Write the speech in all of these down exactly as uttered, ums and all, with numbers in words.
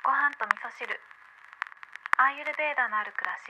ご飯と味噌汁、アーユルベーダのある暮らし。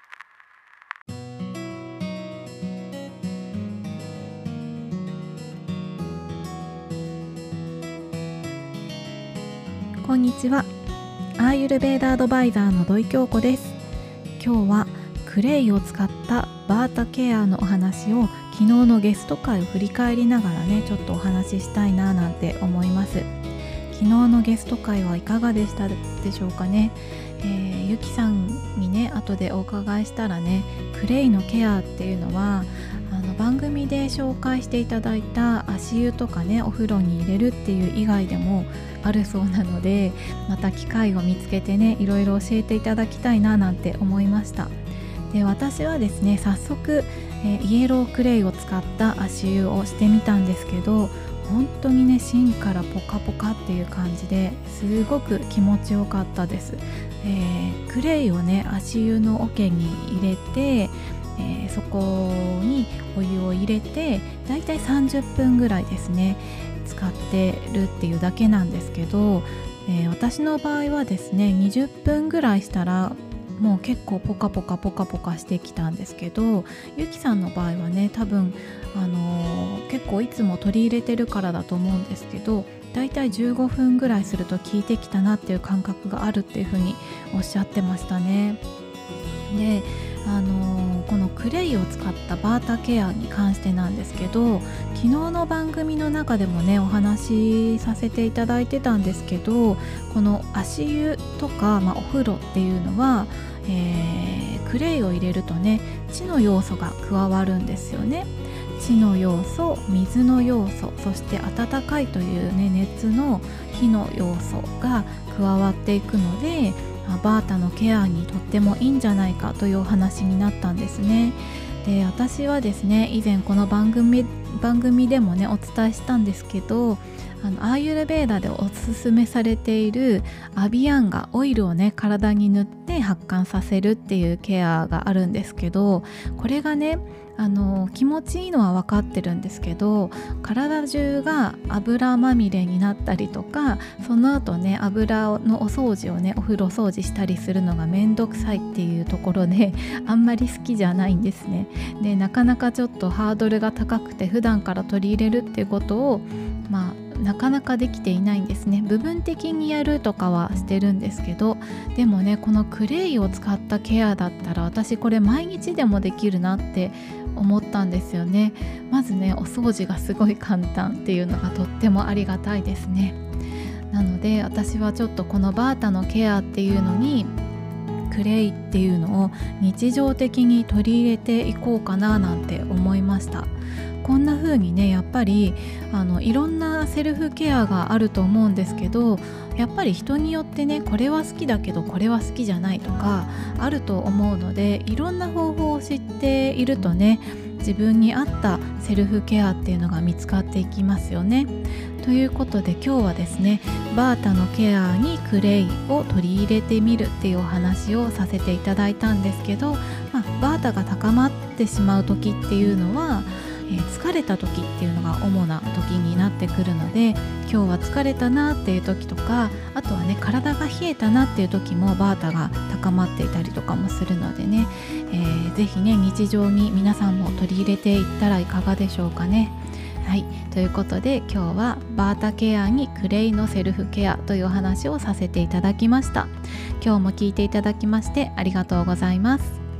こんにちは。アーユルベーダアドバイザーの土井京子です。今日はクレイを使ったバータケアのお話を昨日のゲスト会を振り返りながらねちょっとお話ししたいななんて思います。昨日のゲスト会はいかがでしたでしょうかね。えー、ゆきさんにね後でお伺いしたらね、クレイのケアっていうのはあの番組で紹介していただいた足湯とかねお風呂に入れるっていう以外でもあるそうなので、また機会を見つけてねいろいろ教えていただきたいななんて思いました。で私はですね早速、えー、イエロークレイを使った足湯をしてみたんですけど、本当にね芯からポカポカっていう感じですごく気持ちよかったです。えー、クレイをね足湯の桶に入れて、えー、そこにお湯を入れてだいたいさんじゅっぷんぐらいですね使ってるっていうだけなんですけど、えー、私の場合はですねにじゅっぷんぐらいしたらもう結構ポカポカポカポカしてきたんですけど、ゆきさんの場合はね多分、あのー、結構いつも取り入れてるからだと思うんですけど、だいたいじゅうごふんぐらいすると効いてきたなっていう感覚があるっていうふうにおっしゃってましたね。であのー、このクレイを使ったバータケアに関してなんですけど、昨日の番組の中でもねお話しさせていただいてたんですけど、この足湯とか、まあ、お風呂っていうのは、えー、クレイを入れるとね地の要素が加わるんですよね。地の要素、水の要素、そして暖かいという、ね、熱の火の要素が加わっていくので、バータのケアにとってもいいんじゃないかというお話になったんですね。で私はですね以前この番組番組でもねお伝えしたんですけど、あのアーユルベーダでおすすめされているアビアンガオイルをね体に塗って発汗させるっていうケアがあるんですけど、これがねあの気持ちいいのは分かってるんですけど、体中が油まみれになったりとか、その後ね油のお掃除をねお風呂掃除したりするのがめんどくさいっていうところであんまり好きじゃないんですね。でなかなかちょっとハードルが高くて普段から取り入れるっていうことをまあなかなかできていないんですね。部分的にやるとかはしてるんですけど、でもねこのクレイを使ったケアだったら私これ毎日でもできるなって思ったんですよね。まずねお掃除がすごい簡単っていうのがとってもありがたいですね。なので私はちょっとこのバータのケアっていうのにクレイっていうのを日常的に取り入れていこうかななんて思いました。こんな風にねやっぱりあのいろんなセルフケアがあると思うんですけど、やっぱり人によってねこれは好きだけどこれは好きじゃないとかあると思うので、いろんな方法を知っているとね自分に合ったセルフケアっていうのが見つかっていきますよね。ということで今日はですねバータのケアにクレイを取り入れてみるっていうお話をさせていただいたんですけど、まあ、バータが高まってしまう時っていうのはえー、疲れた時っていうのが主な時になってくるので、今日は疲れたなっていう時とか、あとはね体が冷えたなっていう時もバータが高まっていたりとかもするのでね、えー、ぜひね日常に皆さんも取り入れていったらいかがでしょうかね。はい、ということで今日はバータケアにクレイのセルフケアというお話をさせていただきました。今日も聞いていただきましてありがとうございます。